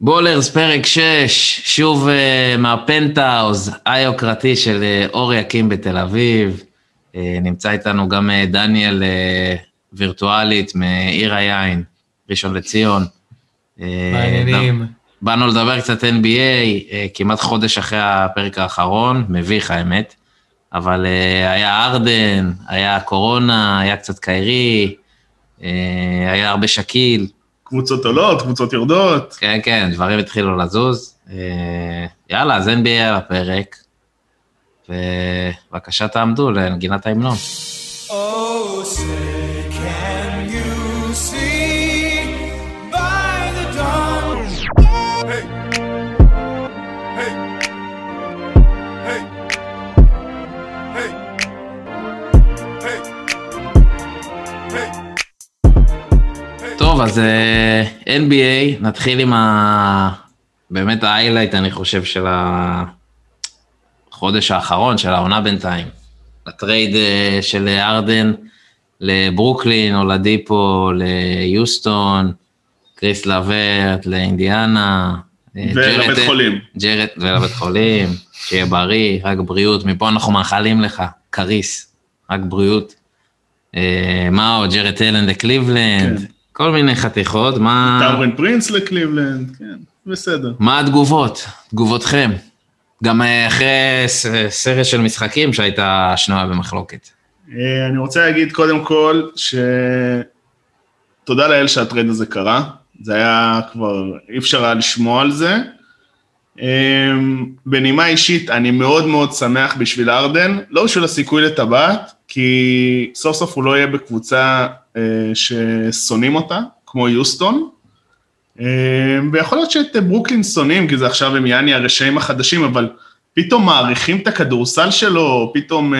בולרס פרק 6, שוב מהפנטהאוז היוקרתי של אור יקים בתל אביב. נמצא איתנו גם דניאל וירטואלית מעיר היין, ראשון לציון. מעניינים. באנו לדבר קצת NBA, כמעט חודש אחרי הפרק האחרון, מביך האמת, אבל היה ארדן, היה קורונה, היה קצת קיירי, היה הרבה שקיל. קבוצות עולות, קבוצות יורדות. כן, כן, דברים התחילו לזוז. יאללה, אז NBA על הפרק, ובבקשה תעמדו לנגינת ההמנון. Oh, say can you see by the dawn? Hey, hey, hey, hey, hey, hey. טוב, אז NBA, נתחיל עם באמת ההיילייט, אני חושב, של החודש האחרון, של העונה בינתיים. הטרייד של ארדן לברוקלין, או לדיפו, ליוסטון, קריס לברט, לאינדיאנה. ולבית חולים. ולבית חולים, שיהיה בריא, רק בריאות. מפה אנחנו מאחלים לך, קריס, רק בריאות. מה עוד? ג'רד אלן לקליבלנד. כן. כל מיני חתיכות, מה... טאורן פרינס לקליבלנד, כן, בסדר. מה התגובות? תגובותכם? גם אחרי סרט של משחקים שהייתה שנויה במחלוקת. אני רוצה להגיד קודם כל תודה לאל שהטרייד הזה קרה, זה היה כבר, אי אפשר היה לשמוע על זה. בנימה אישית, אני מאוד מאוד שמח בשביל ארדן, לא בשביל הסיכוי לטבעת, כי סוף סוף הוא לא יהיה בקבוצה ששונאים אותה, כמו יוסטון, ויכול להיות שאת ברוקלין שונאים, כי זה עכשיו הם יעני הרשעים החדשים, אבל פתאום מעריכים את הכדורסל שלו, פתאום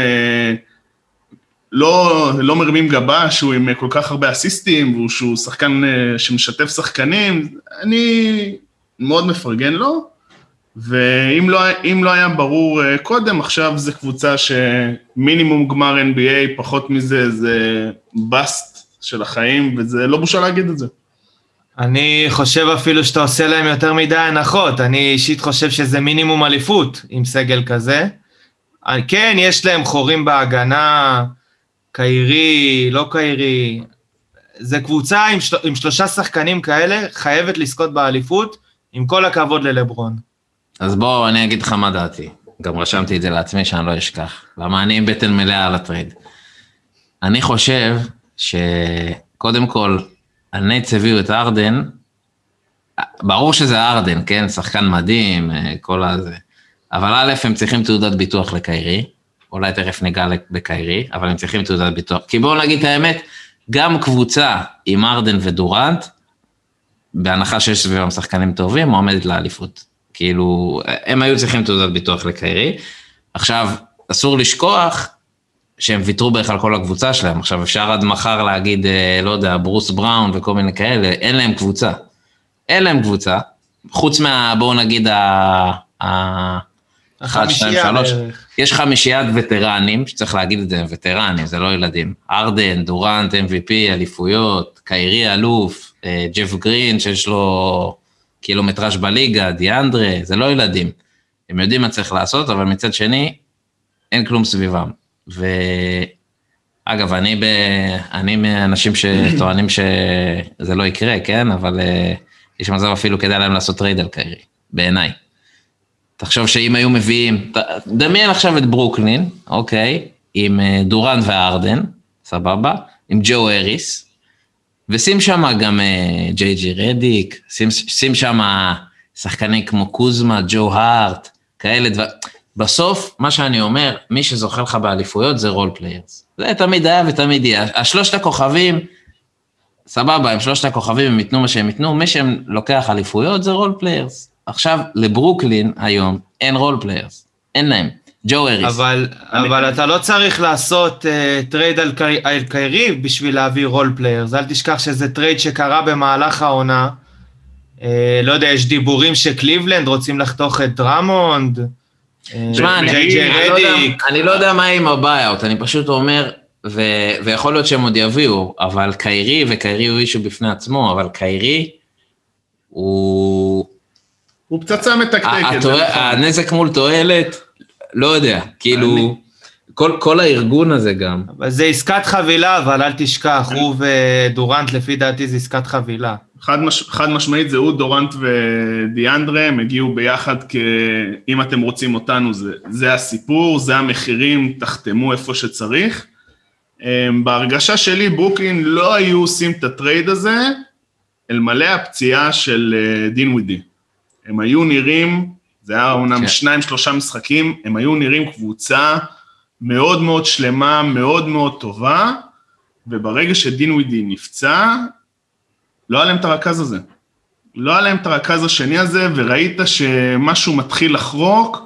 לא מרימים גבה, שהוא עם כל כך הרבה אסיסטים, ושהוא שחקן שמשתף שחקנים, אני מאוד מפרגן לו, ואם לא היה ברור קודם, עכשיו זה קבוצה שמינימום גמר NBA, פחות מזה זה בסט של החיים, וזה לא בושה להגיד את זה. אני חושב אפילו שאתה עושה להם יותר מדי הנחות, אני אישית חושב שזה מינימום אליפות עם סגל כזה. כן, יש להם חורים בהגנה, קיירי, לא קיירי, זה קבוצה עם 3 שחקנים כאלה, חייבת לזכות באליפות, עם כל הכבוד ללברון. אז בואו, אני אגיד לך מה דעתי. גם רשמתי את זה לעצמי שאני לא אשכח. למה אני עם בטן מלאה על הטרייד. אני חושב שקודם כל, הנץ הביאו את ארדן, ברור שזה ארדן, כן? שחקן מדהים, כל הזה. אבל א', הם צריכים תעודת ביטוח לקיירי, אולי תכף ניגע בקיירי, אבל הם צריכים תעודת ביטוח. כי בואו נגיד את האמת, גם קבוצה עם ארדן ודורנט, בהנחה שיש סביבם שחקנים טובים, מועמדת לאליפות. כאילו, הם היו צריכים תעודת ביטוח לקיירי. עכשיו, אסור לשכוח שהם ויתרו בערך על כל הקבוצה שלהם. עכשיו, אפשר עד מחר להגיד, לא יודע, ברוס בראון וכל מיני כאלה, אין להם קבוצה. אין להם קבוצה. חוץ בואו נגיד, 1, 2, 3. יש 5 וטרנים, שצריך להגיד את זה, וטרנים, זה לא ילדים. ארדן, דורנט, MVP, אליפויות, קיירי אלוף, ג'ף גרין, שיש לו קילומטראז' בליגה, דיאנדרה, זה לא ילדים. הם יודעים מה צריך לעשות, אבל מצד שני, אין כלום סביבם. ואגב, אני מאנשים שטוענים שזה לא יקרה, כן? אבל יש מצב אפילו כדאי להם לעשות טרייד על קיירי, בעיניי. תחשוב שאם היו מביאים, דמיין עכשיו את ברוקלין, אוקיי, עם דורן וארדן, סבבה, עם ג'ו אריס, ושים שם גם ג'יי רדיק, שים שם שחקני כמו קוזמה, ג'ו הארט, כאלה דבר. בסוף, מה שאני אומר, מי שזוכה לך באליפויות זה רול פליירס. זה תמיד היה ותמיד יהיה. 3 הכוכבים, סבבה, הם 3 הכוכבים, הם יתנו מה שהם יתנו, מי שהם לוקח אליפויות זה רול פליירס. עכשיו, לברוקלין היום אין רול פליירס, אין להם. ג'ו אריס. אבל אתה לא צריך לעשות טרייד על קיירי בשביל להביא רול פליירס. אל תשכח שזה טרייד שקרה במהלך העונה. לא יודע, יש דיבורים שקליבלנד רוצים לחתוך את דרמונד. תשמע, אני לא יודע מה עם הבעיות, אני פשוט אומר, ויכול להיות שהם עוד יביאו, אבל קיירי, וקיירי הוא אישו בפני עצמו, אבל קיירי הוא הוא פצצה מתקתקת. הנזק מול תועלת, לא יודע, כאילו, כל הארגון הזה גם. אבל זה עסקת חבילה, אבל אל תשכח, הוא ודורנט לפי דעתי זה עסקת חבילה. חד משמעית זה הוא, דורנט ודיאנדרה, הם הגיעו ביחד, אם אתם רוצים אותנו, זה הסיפור, זה המחירים, תחתמו איפה שצריך. בהרגשה שלי, ברוקלין לא היו עושים את הטרייד הזה, אלמלא הפציעה של דין ווידי. הם היו נראים, זה היה אומנם 2-3 משחקים, הם היו נראים קבוצה מאוד מאוד שלמה, מאוד מאוד טובה, וברגע שדין ווידי נפצע, לא היה להם את הרכז הזה. לא היה להם את הרכז השני הזה, וראית שמשהו מתחיל לחרוק,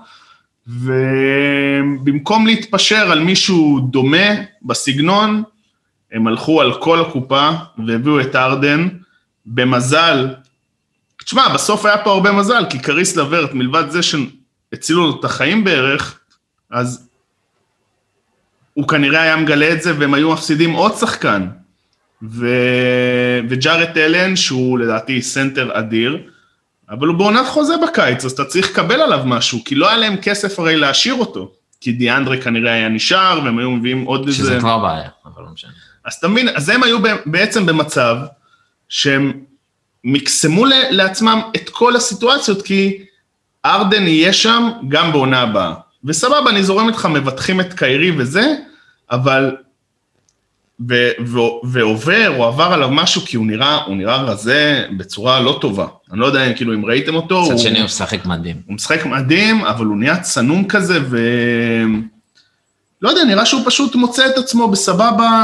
ובמקום להתפשר על מישהו דומה בסגנון, הם הלכו על כל הקופה, והביאו את ארדן, במזל, תשמע, בסוף היה פה הרבה מזל, כי קריס לברט, מלבד זה שהצילו לו את החיים בערך, אז הוא כנראה היה מגלה את זה, והם היו מפסידים עוד שחקן, וג'ארט אלן, שהוא לדעתי סנטר אדיר, אבל הוא בעונת חוזה בקיץ, אז אתה צריך לקבל עליו משהו, כי לא היה להם כסף הרי להשאיר אותו, כי דיאנדרה כנראה היה נשאר, והם היו מביאים עוד איזה... שזה כבר בעיה, אבל לא משנה. אז אתה מבין, אז הם היו בעצם במצב, שהם מקסמו לעצמם את כל הסיטואציות, כי ארדן יהיה שם גם בעונה הבאה. וסבבה, אני זורם איתך, מבטחים את קיירי וזה, אבל, ועובר, או עבר עליו משהו, כי הוא נראה רזה בצורה לא טובה. אני לא יודע, כאילו, אם ראיתם אותו, קצת שני הוא משחק מדהים. הוא משחק מדהים, אבל הוא נהיה צנום כזה, לא יודע, נראה שהוא פשוט מוצא את עצמו בסבבה,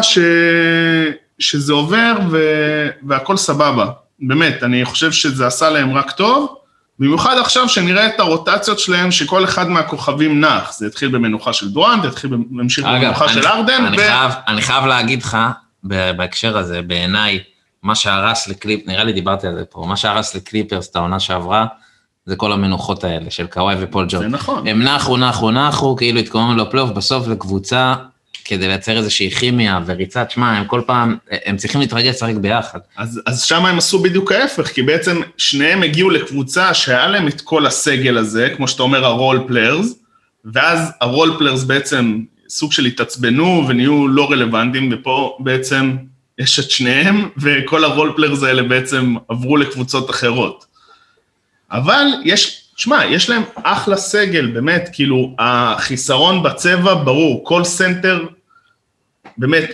שזה עובר, והכל סבבה. באמת, אני חושב שזה עשה להם רק טוב, במיוחד עכשיו שנראה את הרוטציות שלהם, שכל אחד מהכוכבים נח, זה התחיל במנוחה של דורנט, זה התחיל במנוחה של ארדן. אני חייב להגיד לך, בהקשר הזה, בעיניי, מה שהרס לקליפ, נראה לי דיברתי על זה פה, מה שהרס לקליפרס, את העונה שעברה, זה כל המנוחות האלה, של קוואי ופול ג'ורג'. זה נכון. הם נחו, כאילו התקומם לו פלייאוף, בסוף לקבוצה, כדי לייצר איזושהי כימיה וריצת, שמה, הם כל פעם, הם צריכים להתרגש רק ביחד. אז שם הם עשו בדיוק ההפך, כי בעצם שניהם הגיעו לקבוצה שהיה להם את כל הסגל הזה, כמו שאתה אומר, הרול פליירס, ואז הרול פליירס בעצם סוג של התעצבנו ונהיו לא רלוונטיים, ופה בעצם יש את שניהם, וכל הרול פליירס האלה בעצם עברו לקבוצות אחרות. אבל יש להם אחלה סגל, באמת, כאילו, החיסרון בצבע ברור, כל סנטר, באמת,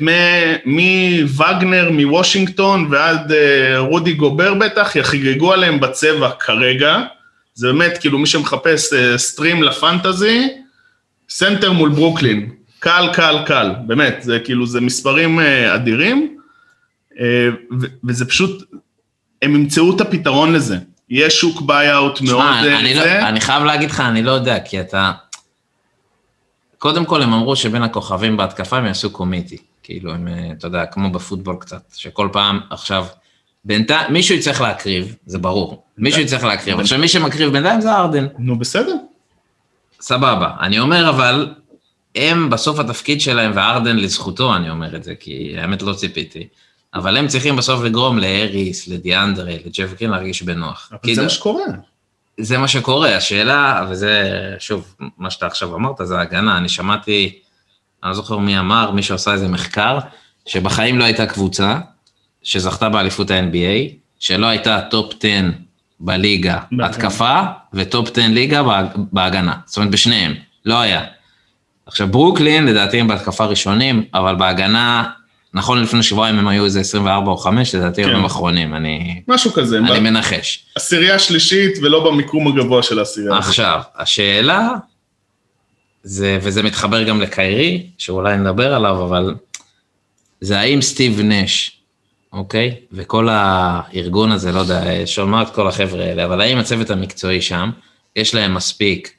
מווגנר, מוושינגטון, ועד רודי גובר בטח, יחגגו עליהם בצבע כרגע, זה באמת, כאילו, מי שמחפש סטרים לפנטזי, סנטר מול ברוקלין, קל, באמת, זה כאילו, זה מספרים אדירים, וזה פשוט, הם ימצאו את הפתרון לזה. יש שוק ביי-אוט מאוד... אני חייב להגיד לך, אני לא יודע, כי אתה... קודם כל הם אמרו שבין הכוכבים בהתקפה הם יעשו קומיטי, כאילו הם, אתה יודע, כמו בפוטבול קצת, שכל פעם עכשיו, בינתיים, מישהו יצטרך להקריב, זה ברור, מישהו יצטרך להקריב, עכשיו מי שמקריב בינתיים זה ארדן. נו, בסדר. סבבה, אני אומר אבל, הם בסוף התפקיד שלהם, וארדן לזכותו, אני אומר את זה, כי האמת לא ציפיתי, אבל הם צריכים בסוף לגרום לאריס, לדיאנדרה, לג'ף גרין להרגיש בנוח. אבל זה מה שקורה. זה מה שקורה, השאלה, וזה, שוב, מה שאתה עכשיו אמרת, זה הגנה, אני שמעתי, אני לא זוכר מי אמר, מי שעושה איזה מחקר, שבחיים לא הייתה קבוצה, שזכתה באליפות ה-NBA, שלא הייתה טופ 10 בליגה התקפה, וטופ 10 ליגה בהגנה, זאת אומרת בשניהם, לא היה. עכשיו ברוקלין, לדעתי הם בהתקפה ראשונים, אבל בהגנה, נכון לפני שבועיים הם היו איזה 24 או 5, לדעתי הם אחרונים, משהו כזה. אני מנחש. עשירייה שלישית ולא במיקום הגבוה של העשירייה. עכשיו, השאלה, וזה מתחבר גם לקיירי, שאולי נדבר עליו, אבל זה האם סטיב נש, אוקיי? וכל הארגון הזה, לא יודע, שומע את כל החבר'ה האלה, אבל האם הצוות המקצועי שם, יש להם מספיק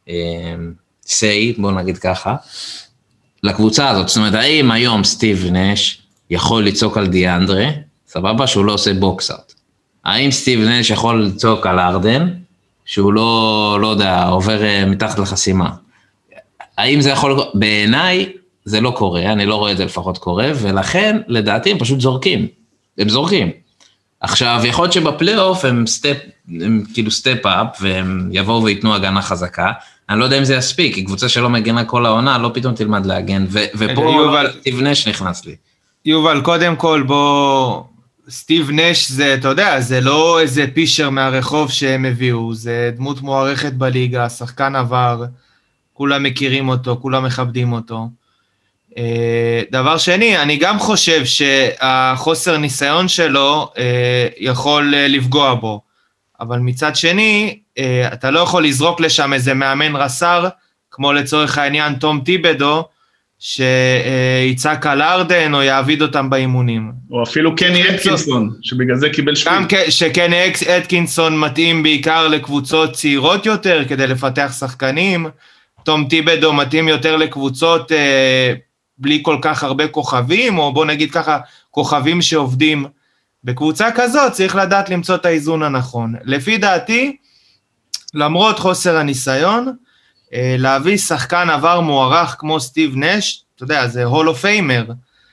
say, בואו נגיד ככה, לקבוצה הזאת, זאת אומרת, האם היום סטיב נש יכול לצעוק על דיאנדרה, סבבה שהוא לא עושה בוקסאוט. האם סטיב נש יכול לצעוק על ארדן, שהוא לא יודע, עובר מתחת לחסימה. האם זה יכול, בעיניי זה לא קורה, אני לא רואה את זה לפחות קורה, ולכן לדעתי הם פשוט זורקים, הם זורקים. עכשיו, יכול להיות שבפלייאוף הם כאילו סטפ-אפ, והם יבואו ויתנו הגנה חזקה, אני לא יודע אם זה יספיק, כי קבוצה שלא מגנה כל העונה, לא פתאום תלמד להגן, ופה סטיב נש נכנס לי. יובל, קודם כל בוא, סטיב נש זה, אתה יודע, זה לא איזה פישר מהרחוב שהם הביאו, זה דמות מוערכת בליגה, שחקן עבר, כולם מכירים אותו, כולם מכבדים אותו. דבר שני, אני גם חושב שהחוסר ניסיון שלו יכול לפגוע בו, אבל מצד שני, אתה לא יכול לזרוק לשם איזה מאמן רס"ר, כמו לצורך העניין תום טיבדו, שיצעק על ארדן או יעביד אותם באימונים. או אפילו קני אטקינסון, שבגלל זה קיבל שביל. גם שקני אטקינסון מתאים בעיקר לקבוצות צעירות יותר, כדי לפתח שחקנים, תום טיבדו מתאים יותר לקבוצות בלי כל כך הרבה כוכבים, או בוא נגיד ככה, כוכבים שעובדים בקבוצה כזאת, צריך לדעת למצוא את האיזון הנכון. לפי דעתי, למרות חוסר הניסיון, להביא שחקן עבר מוערך כמו סטיב נש, אתה יודע, זה הול אוף פיימר,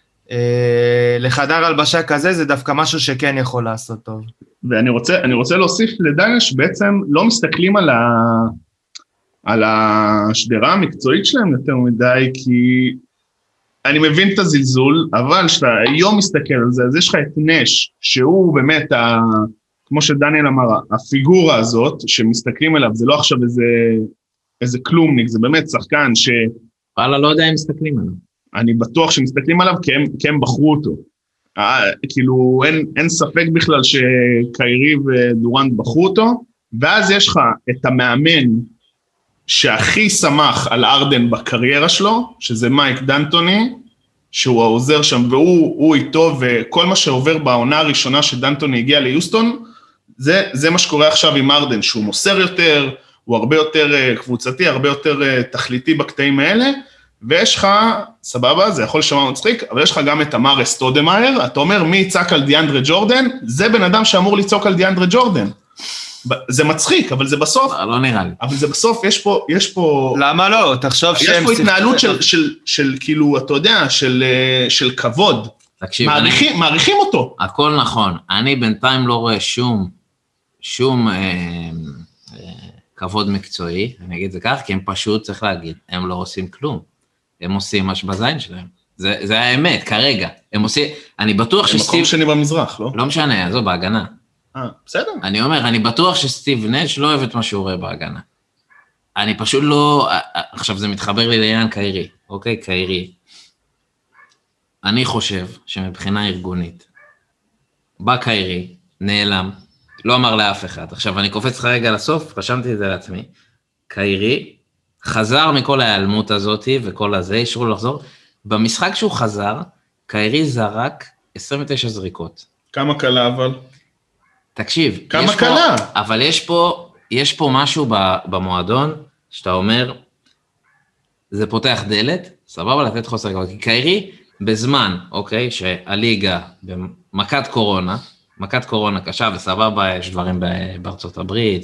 לחדר הלבשה כזה, זה דווקא משהו שכן יכול לעשות טוב. ואני רוצה להוסיף לדניאל, שבעצם לא מסתכלים על השדרה המקצועית שלהם יותר מדי, כי אני מבין את הזלזול, אבל שאתה היום מסתכל על זה, אז יש לך את נש, שהוא באמת, כמו שדניאל אמר, הפיגורה הזאת, שמסתכלים עליו, זה לא עכשיו איזה כלומניק, זה באמת שחקן ש... וואלה, לא יודע אם מסתכלים עליו. אני בטוח שמסתכלים עליו, כי הם בחרו אותו. כאילו, אין ספק בכלל שקיירי ודורנט בחרו אותו, ואז יש לך את המאמן, שהכי שמח על ארדן בקריירה שלו, שזה מייק דנטוני, שהוא העוזר שם, והוא איתו, וכל מה שעובר בעונה הראשונה שדנטוני הגיע ליוסטון, זה מה שקורה עכשיו עם ארדן, שהוא מוסר יותר, הוא הרבה יותר קבוצתי, הרבה יותר תכליתי בקטעים האלה, ויש לך, סבבה, זה יכול לשמוע מצחיק, אבל יש לך גם את אמר סטודמאייר, אתה אומר מי יצעק על דיאנדרה ג'ורדן, זה בן אדם שאמור לצעוק על דיאנדרה ג'ורדן. זה מצחיק, אבל זה בסוף... לא נראה לי. אבל זה בסוף, יש פה... למה לא? תחשוב יש פה התנהלות של כאילו, אתה יודע, של כבוד. תקשיב, מעריכים אותו. הכל נכון. אני בינתיים לא רואה שום כבוד מקצועי, אני אגיד זה כך, כי הם פשוט, צריך להגיד, הם לא עושים כלום. הם עושים משהו בזין שלהם. זה האמת, כרגע. הם עושים... אני בטוח שסטיב... הם מקום שני במזרח, לא? לא משנה, זו בהגנה. בסדר. אני אומר, אני בטוח שסטיב נש לא אוהב את מה שהוא רואה בהגנה. אני פשוט לא... עכשיו זה מתחבר לי לעניין קיירי, אוקיי? קיירי. אני חושב שמבחינה ארגונית, בא קיירי, נעלם, לא אמר לאף אחד. עכשיו אני קופץ לך רגע לסוף, רשמתי את זה לעצמי. קיירי חזר מכל ההיעלמות הזאת וכל הזה, אישרו לחזור. במשחק שהוא חזר, קיירי זרק 29 זריקות. כמה קלה אבל? תקשיב, כמה קלה? אבל יש פה משהו במועדון, שאתה אומר, זה פותח דלת, סבבה לתת חוסר גבוה, כי קיירי בזמן, אוקיי, שהליגה במכת קורונה קשה, וסבבה, יש דברים בארצות הברית,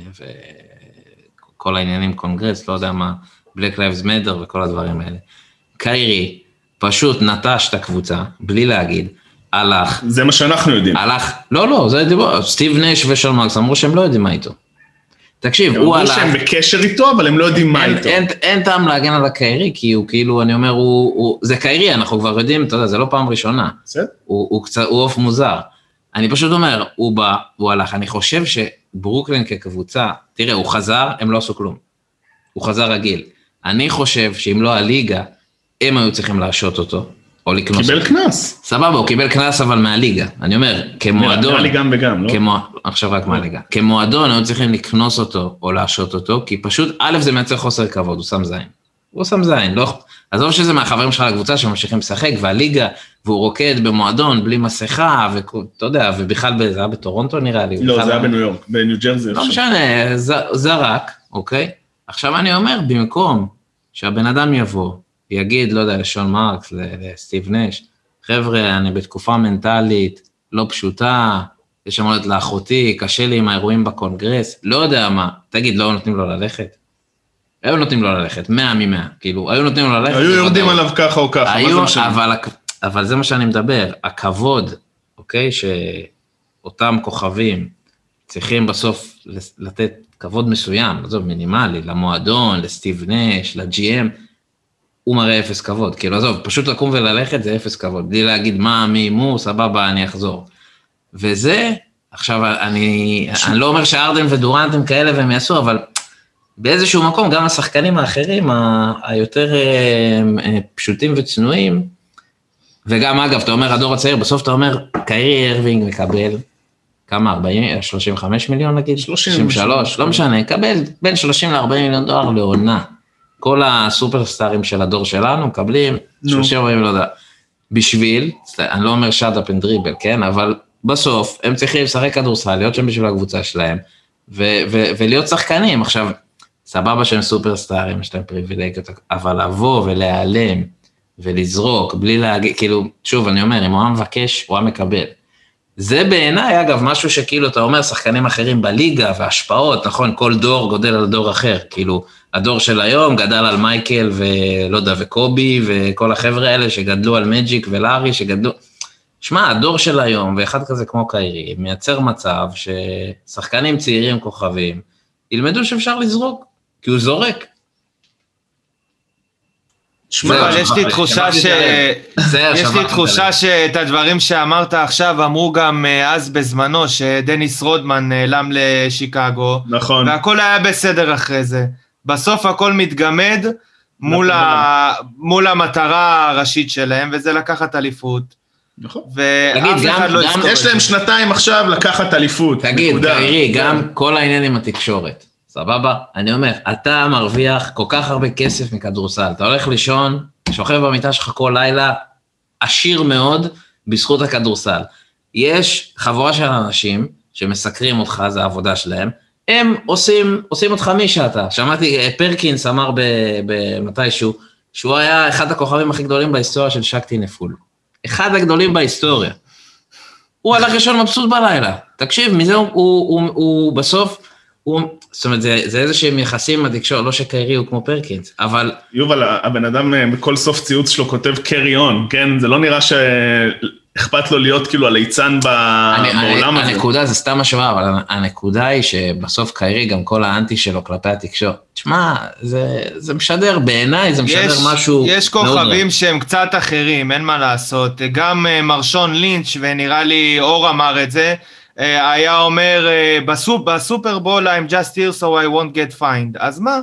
וכל העניינים קונגרס, לא יודע מה, Black Lives Matter וכל הדברים האלה. קיירי פשוט נטש את הקבוצה, בלי להגיד, הלך. זה מה שאנחנו יודעים. הלך, לא, זה דיבור, סטיב נש ושל מרקס אמרו שהם לא יודעים מה איתו. תקשיב, הוא הלך. הם אמרו שהם בקשר איתו, אבל הם לא יודעים מה איתו. אין טעם להגן על הקיירי, כי הוא כאילו, אני אומר, זה קיירי, אנחנו כבר יודעים, אתה יודע, זה לא פעם ראשונה. הוא אוף מוזר. אני פשוט אומר, הוא בא, הוא הלך, אני חושב שברוקלין כקבוצה, תראה, הוא חזר, הם לא עשו כלום. הוא חזר רגיל. אני חושב שאם לא הליגה, הם היו צריכים להשעות אותו. קיבל כנס. סבבה, הוא קיבל כנס אבל מהליגה. אני אומר, כמועדון... נראה לי גם וגם, לא? עכשיו רק מהליגה. כמועדון, היו צריכים לקנוס אותו או להשעות אותו, כי פשוט, א' זה מייצר חוסר כבוד, הוא שם זין. הוא שם זין, לא... עזוב שזה מהחברים שלך לקבוצה שממשיכים לשחק, והליגה, והוא רוקד במועדון בלי מסכה, ואתה יודע, ובכלל זה היה בטורונטו נראה לי. לא, זה היה בניו יורק, בניו ג'רזי. לא משנה, זרק, אוקיי? עכשיו אני אומר, במקום שהבן אדם יבוא, יגיד, לא יודע, לשון מרקס, לסטיב נש, חבר'ה, אני בתקופה מנטלית, לא פשוטה, יש אמרת לאחותי, קשה לי עם האירועים בקונגרס, לא יודע מה, תגיד, לא נותנים לו ללכת? היו נותנים לו ללכת, 100 מ-100, כאילו, היו נותנים לו ללכת. היו יורדים עליו ככה או ככה, אבל זה מה שאני מדבר, הכבוד, אוקיי, אותם כוכבים צריכים בסוף לתת כבוד מסוים, עזוב, מינימלי, למועדון, לסטיב נש, לג'י.אם, הוא מראה אפס כבוד, כאילו עזוב, פשוט לקום וללכת זה אפס כבוד, בלי להגיד מה, מי, מו, סבבה, אני אחזור. וזה, עכשיו אני לא אומר שארדן ודורנט הם כאלה והם יעשו, אבל באיזשהו מקום, גם השחקנים האחרים, היותר פשוטים וצנועים, וגם אגב, אתה אומר הדור הצעיר, בסוף אתה אומר, קיירי ארווינג מקבל, כמה, 40, 35 מיליון נגיד? 33, לא משנה, קבל בין 30 ל-40 מיליון דולר לעונה. כל הסופרסטארים של הדור שלנו מקבלים 30-40 מיליון דולר. בשביל, אני לא אומר shut up and dribble, כן? אבל בסוף הם צריכים לשחק כדורסל, להיות שם בשביל הקבוצה שלהם, ולהיות שחקנים. עכשיו, סבבה שהם סופרסטארים, יש להם פריבילגיות, אבל לבוא ולהיעלם ולזרוק, בלי להגיד, כאילו, שוב, אני אומר, אם הוא היה מבקש, הוא היה מקבל. זה בעיניי, אגב, משהו שכאילו, אתה אומר, שחקנים אחרים בליגה, והשפעות, נכון, כל דור גודל על דור אחר, כאילו, הדור של היום גדל על מייקל, ולא יודע, וקובי, וכל החבר'ה האלה שגדלו על מג'יק ולארי, שגדלו, שמע, הדור של היום, ואחד כזה כמו קיירי, מייצר מצב ששחקנים צעירים כוכבים, ילמדו שאפשר לזרוק, כי הוא זורק. אבל יש לי תחושה שאת הדברים שאמרת עכשיו אמרו גם אז בזמנו שדניס רודמן נעלם לשיקגו, נכון. והכל היה בסדר אחרי זה. בסוף הכל מתגמד מול המטרה הראשית שלהם, וזה לקחת אליפות. נכון. ואף אחד לא יזכור. יש להם שנתיים עכשיו לקחת אליפות. תגיד, קיירי, גם כל העניין עם התקשורת. סבבה? אני אומר, אתה מרוויח כל כך הרבה כסף מכדורסל, אתה הולך לישון, שוכב במיטה שלך כל לילה, עשיר מאוד בזכות הכדורסל. יש חבורה של אנשים שמסקרים אותך, זה העבודה שלהם, הם עושים אותך מי שאתה. שמעתי, פרקינס אמר במתישהו, שהוא היה אחד הכוכבים הכי גדולים בהיסטוריה של שקטי נפול. אחד הגדולים בהיסטוריה. הוא הלך לישון מבסוט בלילה. תקשיב, מזה הוא בסוף, זאת אומרת, זה איזשהם יחסים מהתקשורת, לא שקיירי הוא כמו פרקינס, אבל... יובל, הבן אדם בכל סוף ציוץ שלו כותב קרי און, כן? זה לא נראה שאכפת לו להיות כאילו הליצן בעולם הזה. הנקודה זה סתם השוואה, אבל הנקודה היא שבסוף קיירי, גם כל האנטי שלו כלפי התקשורת, תשמע, זה משדר בעיניי, זה משדר משהו... יש כוכבים שהם קצת אחרים, אין מה לעשות, גם מרשון לינץ' ונראה לי אור אמר את זה, היה אומר, בסופרבול I'm just here so I won't get fined, אז מה?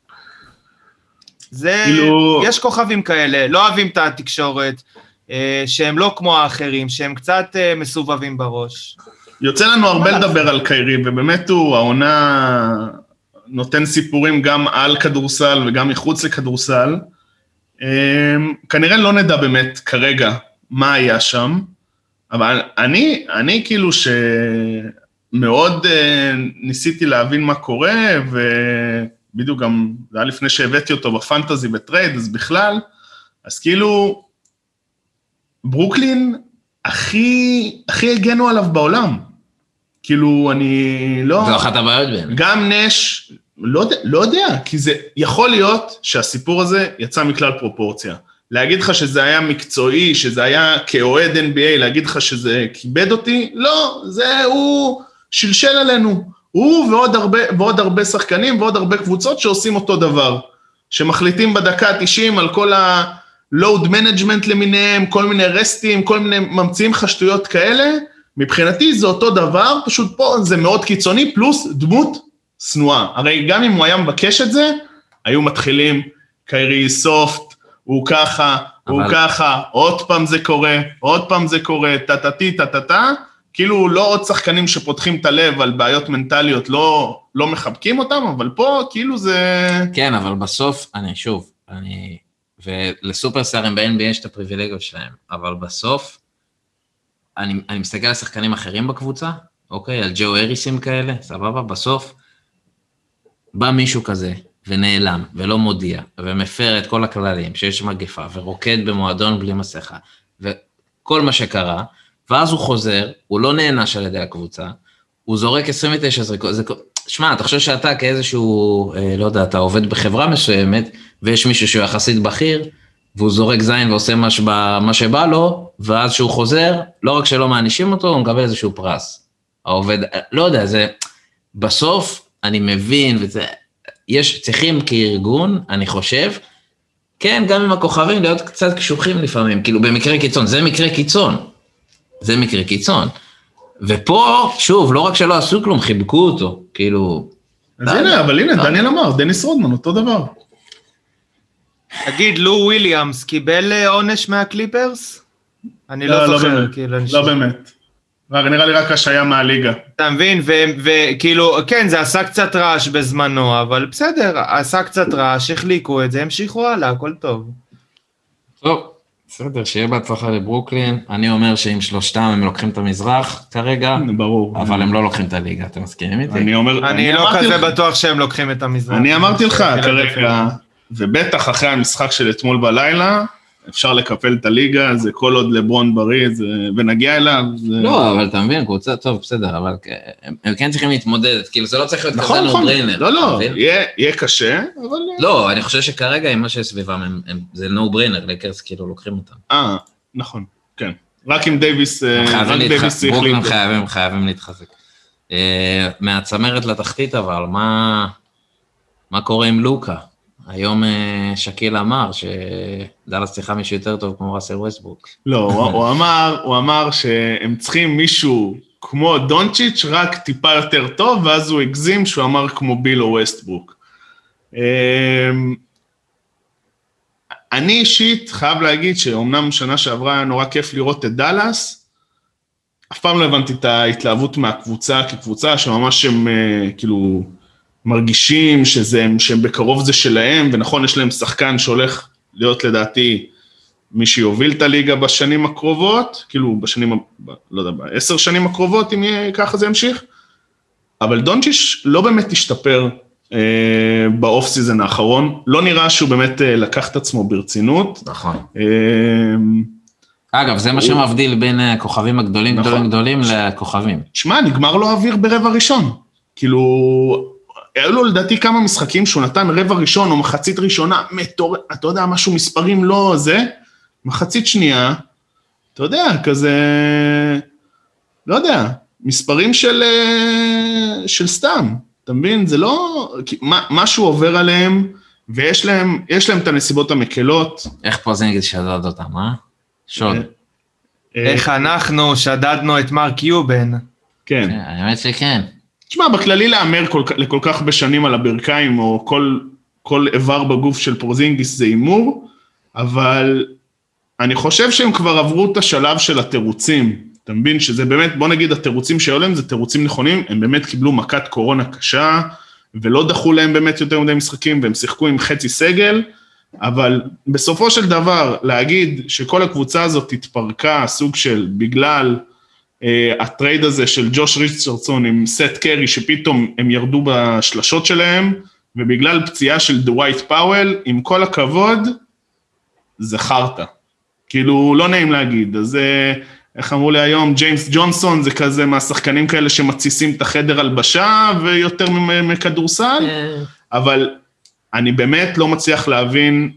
זה, יש כוכבים כאלה, לא אוהבים את התקשורת, שהם לא כמו האחרים, שהם קצת מסובבים בראש. יוצא לנו הרבה לדבר על קיירי, ובאמת העונה נותן סיפורים גם על כדורסל וגם מחוץ לכדורסל. כנראה לא נדע באמת כרגע מה היה שם, אבל אני כאילו שמאוד ניסיתי להבין מה קורה, ובדיוק גם, זה היה לפני שהבאתי אותו בפנטזי בטרייד, אז בכלל, אז כאילו, ברוקלין הכי הגנו עליו בעולם. כאילו, אני לא... זה אחת הבעיות בין. גם נש, לא יודע, כי זה יכול להיות שהסיפור הזה יצא מכלל פרופורציה. להגיד לך שזה היה מקצועי, שזה היה כאוהד NBA, להגיד לך שזה כיבד אותי, לא, זה הוא שלשל עלינו. הוא ועוד הרבה שחקנים ועוד הרבה קבוצות שעושים אותו דבר, שמחליטים בדקה 90 על כל ה-load management למיניהם, כל מיני רסטים, כל מיני ממציאים חשטויות כאלה, מבחינתי זה אותו דבר, פשוט פה זה מאוד קיצוני, פלוס דמות סנועה. הרי גם אם הוא היה מבקש את זה, היו מתחילים קיירי סופט, הוא ככה, הוא ככה, עוד פעם זה קורה, טטטה, כאילו לא עוד שחקנים שפותחים את הלב על בעיות מנטליות, לא מחבקים אותם, אבל פה כאילו זה... כן, אבל בסוף, ולסופרסטארים ב-NBA יש את הפריבילגיות שלהם, אבל בסוף, אני מסתכל על שחקנים אחרים בקבוצה, אוקיי, על ג'ו אריסים כאלה, סבבה, בסוף, בא מישהו כזה, ונעלם, ולא מודיע, ומפר את כל הכללים, שיש מגפה, ורוקד במועדון בלי מסכה, וכל מה שקרה, ואז הוא חוזר, הוא לא נענש על ידי הקבוצה, הוא זורק 29 זריקות, שמע, אתה חושב שאתה כאיזשהו, לא יודע, אתה עובד בחברה מסוימת, ויש מישהו שהוא יחסית בכיר, והוא זורק זין ועושה מה שבא לו, ואז שהוא חוזר, לא רק שלא מענישים אותו, הוא מקבל איזשהו פרס. העובד, לא יודע, זה, בסוף אני מבין, וזה, צריכים כארגון, אני חושב, כן, גם עם הכוכבים, להיות קצת קשוחים לפעמים, כאילו במקרה קיצון, זה מקרה קיצון, ופה, שוב, לא רק שלא עשו כלום, חיבקו אותו, כאילו... אז הנה, אבל הנה, דניאל אמר, דניס רודמן, אותו דבר. תגיד, לו וויליאמס קיבל עונש מהקליפרס? אני לא זוכר, כאילו... לא באמת. נראה לי רק השעיה מהליגה. אתה מבין, וכאילו, כן, זה עשה קצת רעש בזמנו, אבל בסדר, עשה קצת רעש, החליקו את זה, המשיכו הלאה, הכל טוב. טוב, בסדר, שיהיה בהצלחה לברוקלין, אני אומר שעם שלושתם הם לוקחים את המזרח כרגע, ברור. אבל הם לא לוקחים את הליגה, אתם מסכימים איתי? אני לא כזה בטוח שהם לוקחים את המזרח. אני אמרתי לך כרגע, ובטח אחרי המשחק של אתמול בלילה, אפשר לקפל את הליגה, זה כל עוד לברון בריא, ונגיע אליו. לא, אבל אתה מבין, קבוצה, טוב, בסדר, אבל הם כן צריכים להתמודד, כאילו זה לא צריך להיות כזה נו בריינר. לא, יהיה קשה, אבל... לא, אני חושב שכרגע עם מה שסביבם, זה נו בריינר, לקרס כאילו לוקחים אותם. נכון, כן. רק עם דייביס, ברוקלין חייבים להתחזק. מהצמרת לתחתית, אבל מה קורה עם לוקה? היום שקיל אמר שדלס צריכה מישהו יותר טוב כמו ראסל ווסטברוק. לא, הוא אמר שהם צריכים מישהו כמו דונצ'יץ' רק טיפה יותר טוב, ואז הוא הגזים שהוא אמר כמו ביל או ווסטברוק. אני אישית חייב להגיד שאומנם שנה שעברה היה נורא כיף לראות את דלס, אף פעם לא הבנתי את ההתלהבות מהקבוצה כקבוצה, שממש הם כאילו... מרגישים שהם בקרוב זה שלהם, ונכון, יש להם שחקן שהולך להיות לדעתי מי שיוביל את הליגה בשנים הקרובות, כאילו בשנים, לא יודע, 10 שנים הקרובות, אם ככה זה ימשיך, אבל דונצ'יץ' לא באמת השתפר באוף סיזן האחרון, לא נראה שהוא באמת לקח את עצמו ברצינות. נכון. אגב, זה מה שמבדיל בין הכוכבים הגדולים גדולים לכוכבים. תשמע, נגמר לו האוויר ברבע ראשון, כאילו... היו לו לדעתי כמה משחקים שהוא נתן רבע ראשון או מחצית ראשונה, אתה יודע, משהו מספרים לא זה, מחצית שנייה, אתה יודע, כזה, לא יודע, מספרים של סתם, אתה מבין? זה לא, משהו עובר עליהם, ויש להם את הנסיבות המקלות. איך פה זה נגיד שדד אותם, שוד. איך אנחנו שדדנו את מרק יובן. כן. האמת שכן. תשמע, בכללי לאמר לכל כך בשנים על הברכיים, או כל איבר בגוף של פורזינגיס זה אימור, אבל אני חושב שהם כבר עברו את השלב של התירוצים, אתה מבין שזה באמת, בוא נגיד, התירוצים שהיו להם זה תירוצים נכונים, הם באמת קיבלו מכת קורונה קשה, ולא דחו להם באמת יותר מדי משחקים, והם שיחקו עם חצי סגל, אבל בסופו של דבר, להגיד שכל הקבוצה הזאת התפרקה, סוג של בגלל... הטרייד הזה של ג'וש ריצ'רדסון עם סט קרי, שפתאום הם ירדו בשלשות שלהם, ובגלל פציעה של דווייט פאוול, עם כל הכבוד, זה חרטה. כאילו, לא נעים להגיד. אז איך אמרו לי היום, ג'יימס ג'ונסון, זה כזה מהשחקנים כאלה שמציסים את החדר הלבשה, ויותר מכדורסל, אבל אני באמת לא מצליח להבין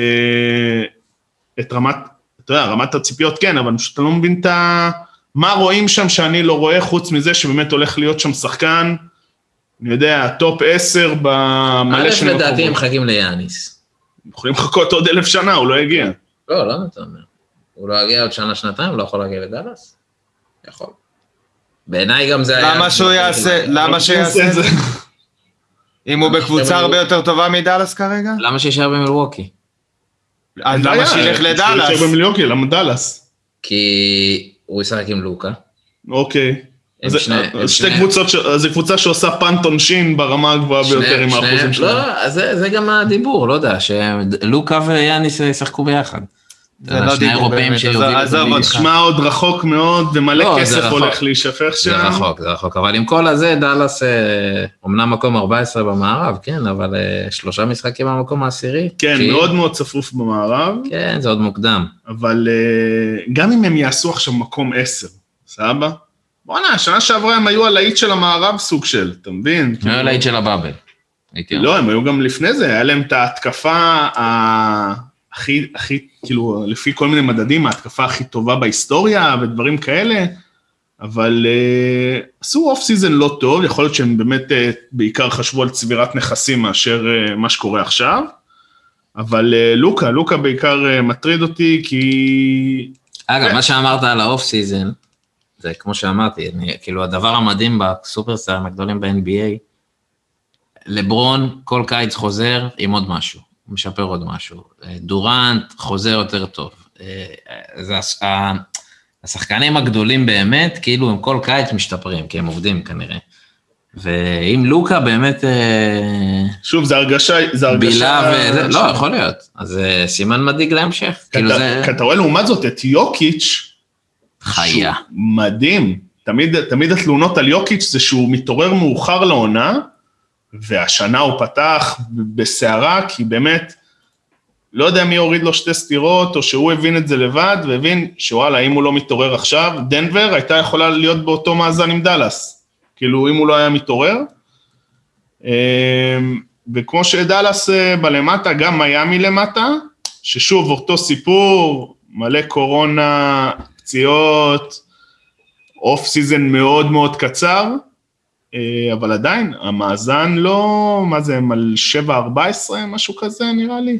את רמת, אתה יודע, רמת הציפיות כן, אבל פשוט לא מבין את מה רואים שם שאני לא רואה, חוץ מזה שבאמת הולך להיות שם שחקן, אני יודע, טופ 10 במלא שנים. לדעתי הם חגים ליאניס. יכולים לחכות עוד 1000 שנה, הוא לא יגיע. לא אתה אומר. הוא לא יגיע עוד שנה, שנתיים, הוא לא יכול להגיע לדלס? יכול. בעיניי גם זה היה... למה שיעשה את זה? אם הוא בקבוצה הרבה יותר טובה מדלס כרגע? למה שישאר במילווקי? אז למה שילך לדלס? שישאר במילווקי, למה דלס? כי... הוא ישחק עם לוקה. אוקיי. אז שתי קבוצות, זו קבוצה שעושה פנט עונשין ברמה הגבוהה ביותר עם האחוזים שלנו. לא, זה גם הדיבור, לא יודע, שלוקה ויאניס ישחקו ביחד. זה לא דיבור באמת, עזוב אותך. נשמע עוד רחוק מאוד, ומלא כסף הולך להישפך שם. זה רחוק, אבל עם כל הזה, דלס, אמנם מקום 14 במערב, כן, אבל 3 משחקים במקום העשירי. כן, מאוד מאוד צפוף במערב. כן, זה עוד מוקדם. אבל גם אם הם יעשו עכשיו מקום 10, סבא? בוא'נה, השנה שעברה הם היו הלהיט של המערב סוג של, אתה מבין? הם היו הלהיט של הבאבל. לא, הם היו גם לפני זה, היה להם את ההתקפה הכי, כאילו, לפי כל מיני מדדים, ההתקפה הכי טובה בהיסטוריה ודברים כאלה, אבל עשו אוף סיזן לא טוב, יכול להיות שהם באמת בעיקר חשבו על צבירת נכסים מאשר מה שקורה עכשיו, אבל לוקה בעיקר מטריד אותי, כי... אגב, מה שאמרת על האוף סיזן, זה כמו שאמרתי, כאילו הדבר המדהים בסופרסטארים הגדולים ב-NBA, לברון כל קיץ חוזר עם עוד משהו, הוא משפר עוד משהו, דורנט חוזר יותר טוב, השחקנים הגדולים באמת, כאילו הם כל קיץ משתפרים, כי הם עובדים כנראה, ואם לוקה באמת... שוב, זה הרגשה... בילה וזה, לא, יכול להיות, אז זה סימן מדאיג להמשך. כי אתה רואה לעומת זאת את יוקיץ' חיה. מדהים, תמיד התלונות על יוקיץ' זה שהוא מתעורר מאוחר לעונה, והשנה הוא פתח בסערה, כי באמת, לא יודע מי הוריד לו 2 סטירות, או שהוא הבין את זה לבד, והבין שוואלה, אם הוא לא מתעורר עכשיו, דנבר הייתה יכולה להיות באותו מאזן עם דלס, כאילו אם הוא לא היה מתעורר, וכמו שדלס בלמטה, גם מיימי למטה, ששוב אותו סיפור, מלא קורונה, פציעות, אוף סיזן מאוד מאוד קצר, אבל עדיין, המאזן לא, מה זה, על 7-14, משהו כזה נראה לי.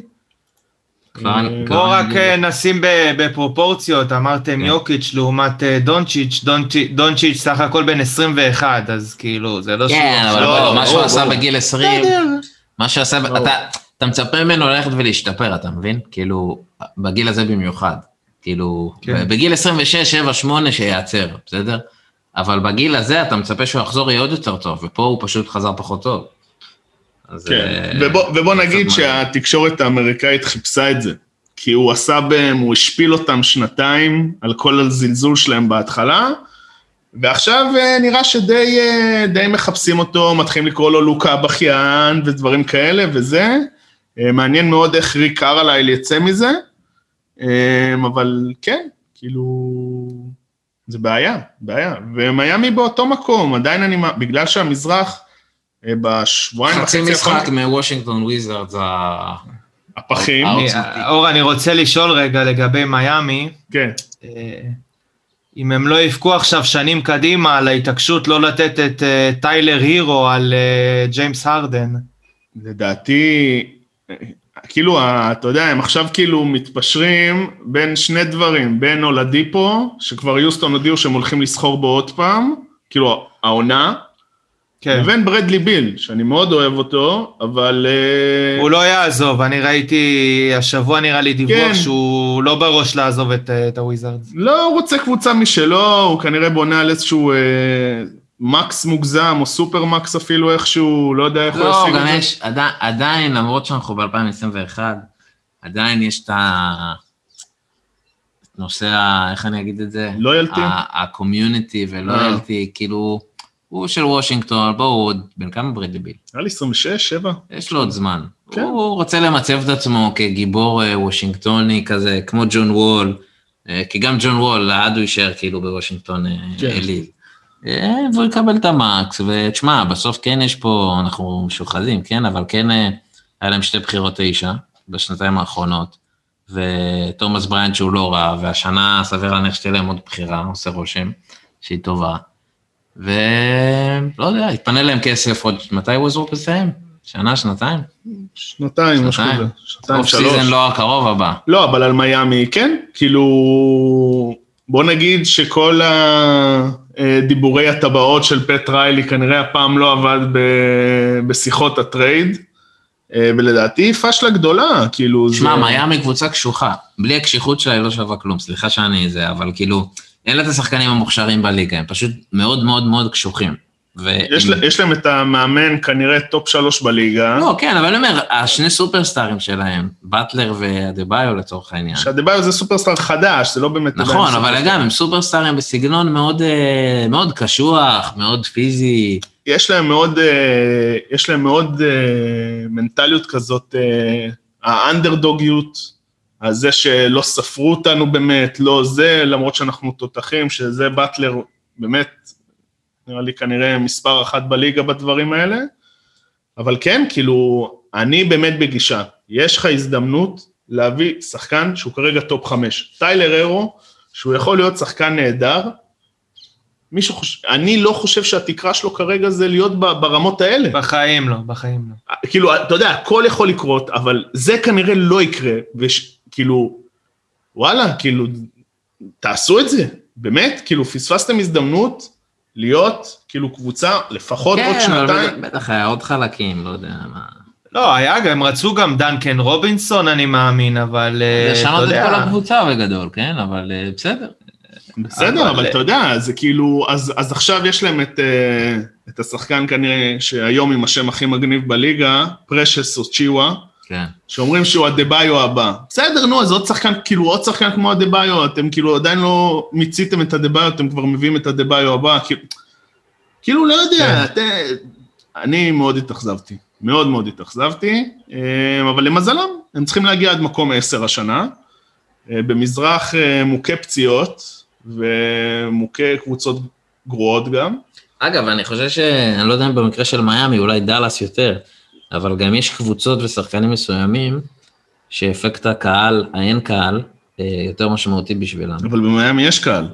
בוא רק נשים בפרופורציות, אמרתם יוקיץ' לעומת דונצ'יץ' סך הכל בין 21, אז כאילו, זה לא... כן, אבל מה שהוא עשה בגיל 20, מה שעשה, אתה מצפה ממנו ללכת ולהשתפר, אתה מבין? כאילו, בגיל הזה במיוחד, כאילו, בגיל 26, 7, 8 שיעצר, בסדר? אבל בגיל הזה אתה מצפה שהוא יחזור יהיה עוד יותר טוב, ופה הוא פשוט חזר פחות טוב. כן, ובוא נגיד שהתקשורת האמריקאית חיפשה את זה, כי הוא עשה בהם, הוא השפיל אותם 2 על כל הזלזול שלהם בהתחלה, ועכשיו נראה שדי מחפשים אותו, מתחילים לקרוא לו לוקה בכיין ודברים כאלה וזה, מעניין מאוד איך ריק קרלייל יצא מזה, אבל כן, כאילו, זה בעיה, ומיימי באותו מקום, עדיין בגלל שהמזרח, בשבועיים חצי משחק מוושינגטון וויזארדס הפחים. אור, אני רוצה לשאול רגע לגבי מיימי, כן. אם הם לא יפקו עכשיו שנים קדימה על ההתעקשות לא לתת את טיילר הירו על ג'יימס הרדן. לדעתי, כאילו, אתה יודע, הם עכשיו כאילו מתפשרים בין 2 דברים, בין אולדיפו, שכבר יוסטון הודיעו שהם הולכים לסחור בו עוד פעם, כאילו העונה, לבין ברדלי ביל, שאני מאוד אוהב אותו, אבל... הוא לא יעזוב, אני ראיתי, השבוע נראה לי דיווח שהוא לא בראש לעזוב את הוויזארדס. לא, הוא רוצה קבוצה משלו, הוא כנראה בונה על איזשהו מקס מוגזם, או סופר מקס אפילו איכשהו, לא יודע איך הוא ישיג את זה. לא, גם יש, עדיין, למרות שאנחנו ב-2021, עדיין יש את הנושא, איך אני אגיד את זה? לויאלטי. הקומיוניטי ולויאלטי, כאילו... הוא של וושינגטון, בואו עוד, בין כמה ברדלי ביל? היה לי 26, 7. יש לו עוד זמן. כן. הוא רוצה למצב את עצמו כגיבור וושינגטוני כזה, כמו ג'ון וול, כי גם ג'ון וול, לעד הוא יישאר כאילו בוושינגטון אליל. והוא יקבל את המקס, ותשמע, בסוף כן יש פה, אנחנו משוחדים, כן, אבל כן היה להם 2 בחירות 9, בשנתיים האחרונות, ותומאס בריינט שהוא לא רע, והשנה סביר להניח שתהיה להם עוד בחירה, עושה רושם, שהיא טובה. ולא יודע, התפנה להם כסף עוד, מתי הוא עזרו פסיים? שנה, שנתיים? שנתיים, משהו כזה. אוף סיזן לא הקרוב הבא. לא, אבל על מיימי, כן? כאילו, בוא נגיד שכל הדיבורי הטבעות של פט ריילי, כנראה הפעם לא עבד בשיחות הטרייד, ולדעתי פשלה גדולה, כאילו זה... שמע, מיימי קבוצה קשוחה, בלי הקשיחות שלה היא לא שווה כלום, סליחה שאני זה, אבל כאילו... אין לה את השחקנים המוכשרים בליגה, הם פשוט מאוד מאוד מאוד קשוחים. יש להם את המאמן כנראה טופ 3 בליגה. לא, כן, אבל אני אומר, 2 סופרסטארים שלהם, באטלר ואדבאיו לצורך העניין. שאדבאיו זה סופרסטאר חדש, זה לא באמת... נכון, אבל גם הם סופרסטארים בסגנון מאוד, מאוד קשוח, מאוד פיזי. יש להם מאוד מנטליות כזאת, האנדרדוגיות, אז זה שלא ספרו אותנו באמת, לא זה, למרות שאנחנו תותחים, שזה באטלר באמת, נראה לי כנראה מספר 1 בליגה בדברים האלה, אבל כן, כאילו, אני באמת בגישה, יש לך הזדמנות להביא שחקן שהוא כרגע טופ 5, טיילר הירו, שהוא יכול להיות שחקן נהדר, אני לא חושב שהתקרה שלו כרגע זה להיות ברמות האלה. בחיים לא, בחיים לא. כאילו, אתה יודע, הכל יכול לקרות, אבל זה כנראה לא יקרה, וכאילו, וואלה, כאילו, תעשו את זה, באמת, כאילו, פספסתם הזדמנות להיות, כאילו, קבוצה, לפחות עוד שנתיים. כן, בטח היה עוד חלקים, לא יודע מה. לא, הם רצו גם דנקן רובינסון, אני מאמין, אבל לשנות את כל הקבוצה בגדול, כן, אבל בסדר. בסדר, אבל אתה יודע, זה כאילו, אז עכשיו יש להם את השחקן כנראה, שהיום עם השם הכי מגניב בליגה, פרשס או צ'יווה, שאומרים שהוא הדביו הבא. בסדר, נו, אז עוד שחקן, כאילו עוד שחקן כמו הדביו, אתם כאילו עדיין לא מיציתם את הדביו, אתם כבר מביאים את הדביו הבא, כאילו לא יודע, אני מאוד התאכזבתי, מאוד מאוד התאכזבתי, אבל למזלם, הם צריכים להגיע עד מקום 10 השנה, במזרח מוכה פציעות, ומוכה קבוצות גרועות גם. אגב, אני חושב אני לא יודע אם במקרה של מיאמי, אולי דלס יותר, אבל גם יש קבוצות ושחקנים מסוימים, שאפקט הקהל, האין קהל, יותר משמעותי בשבילם. אבל במיאמי יש קהל.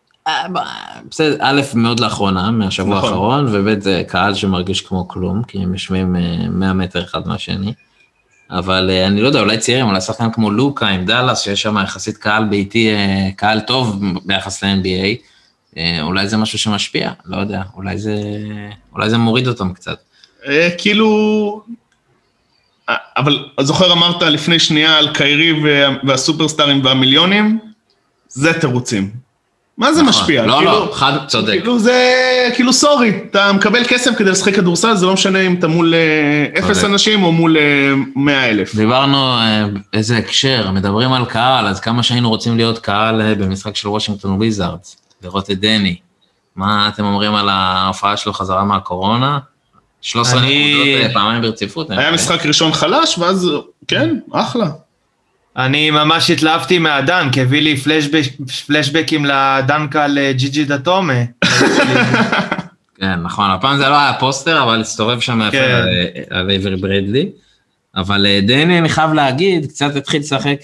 בסדר, א', מאוד לאחרונה, מהשבוע האחרון, וב' זה קהל שמרגיש כמו כלום, כי הם יושבים 100 מטר אחד מהשני. אבל אני לא יודע, אולי צעירים, אולי שחקן כמו לוקה עם דלס, שיש שם יחסית קהל ביתי, קהל טוב ביחס ל-NBA, אולי זה משהו שמשפיע, לא יודע, אולי זה מוריד אותם קצת. כאילו, אבל זוכר אמרת לפני שנייה על קיירי והסופרסטארים והמיליונים, זה תירוצים. מה זה משפיע? לא, חד צודק. כאילו זה, כאילו סורי, אתה מקבל כסף כדי לשחק כדורסל, זה לא משנה אם אתה מול 0 אנשים או מול 100,000. דיברנו איזה הקשר, מדברים על קהל, אז כמה שהיינו רוצים להיות קהל במשחק של וושינגטון וויזארדס, לראות את דני. מה אתם אומרים על ההופעה שלו חזרה מהקורונה? 13 נקודות פעמיים ברציפות. היה משחק ראשון חלש, ואז, כן, אחלה. אני ממש התלהבתי מהדן, כי הביא לי פלשבקים לדנקה לג'יג'י דתומה. כן, נכון, הפעם זה לא היה פוסטר, אבל הסתובב שם על עברי ברדלי, אבל דני, אני חייב להגיד, קצת התחיל לשחק,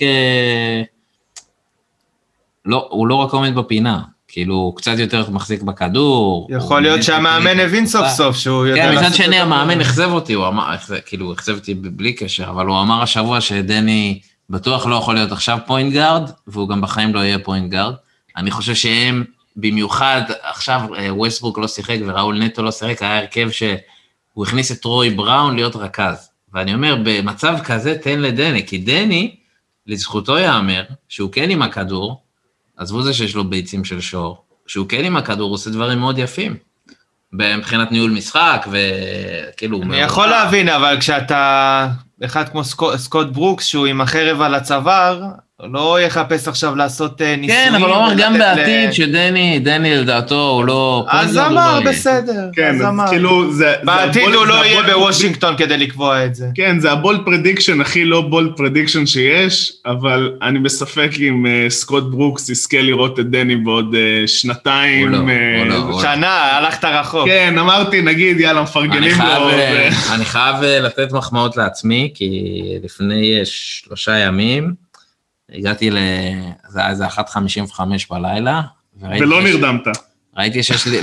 הוא לא רק עומד בפינה, כאילו, הוא קצת יותר מחזיק בכדור. יכול להיות שהמאמן הבין סוף סוף שהוא יודע... כן, מצד שני, המאמן אכזב אותי, הוא אמר, כאילו, אכזב אותי בלי קשר, אבל הוא אמר השבוע שדני בטוח לא יכול להיות עכשיו פוינט גארד, והוא גם בחיים לא יהיה פוינט גארד. אני חושב שהם, במיוחד, עכשיו ווסטברוק לא שיחק וראול נטו לא שיחק, היה הרכב שהוא הכניס את רוי בראון להיות רכז. ואני אומר, במצב כזה תן לדני, כי דני, לזכותו יאמר, שהוא כן עם הכדור, עזבו זה שיש לו ביצים של שור, שהוא כן עם הכדור, הוא עושה דברים מאוד יפים, מבחינת ניהול משחק, וכאילו... אני יכול להבין, אבל כשאתה, אחד כמו סקוט ברוקס, שהוא עם החרב על הצוואר, לא יחפש עכשיו לעשות ניסויים. כן, אבל הוא אמר גם בעתיד שדני לדעתו הוא לא... אז אמר, בסדר. כן, אז כאילו זה... בעתיד הוא לא יהיה בוושינגטון כדי לקבוע את זה. כן, זה הבולד פרדיקשן, הכי לא בולד פרדיקשן שיש, אבל אני בספק אם סקוט ברוקס יזכה לראות את דני בעוד שנתיים. שנה, הלכת רחוק. כן, אמרתי, נגיד, יאללה, מפרגנים לו. אני חייב לתת מחמאות לעצמי, כי לפני 3 ימים, הגעתי זה היה איזה 1:55 בלילה. ולא נרדמת. ראיתי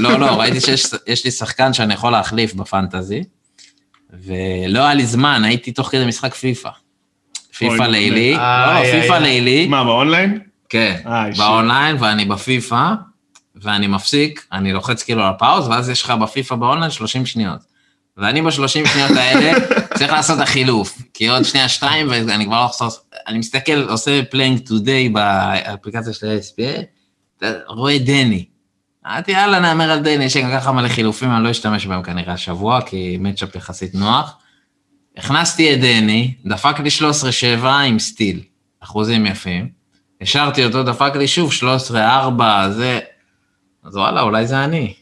שיש לי שחקן שאני יכול להחליף בפנטזי, ולא היה לי זמן, הייתי תוך כדי משחק פיפה. פיפה לילי. פיפה לילי. מה, באונליין? כן, באונליין, ואני בפיפה, ואני מפסיק, אני לוחץ כאילו על הפאוז, ואז יש לך בפיפה באונליין 30 שניות. ואני ב30 שניות האלה צריך לעשות החילוף, כי עוד 2 ואני כבר לא חסר, אני מסתכל, עושה playing today באפליקציה של ה-SPA, רואה דני. אמרתי, יאללה, נאמר על דני, יש גם ככה מלא חילופים, אני לא אשתמש בהם כנראה השבוע, כי מצ'אפ יחסית נוח. הכנסתי את דני, דפק לי 13-7 עם סטיל, אחוזים יפים, השארתי אותו, דפק לי שוב 13-4, זה, אז וואלה, אולי זה אני.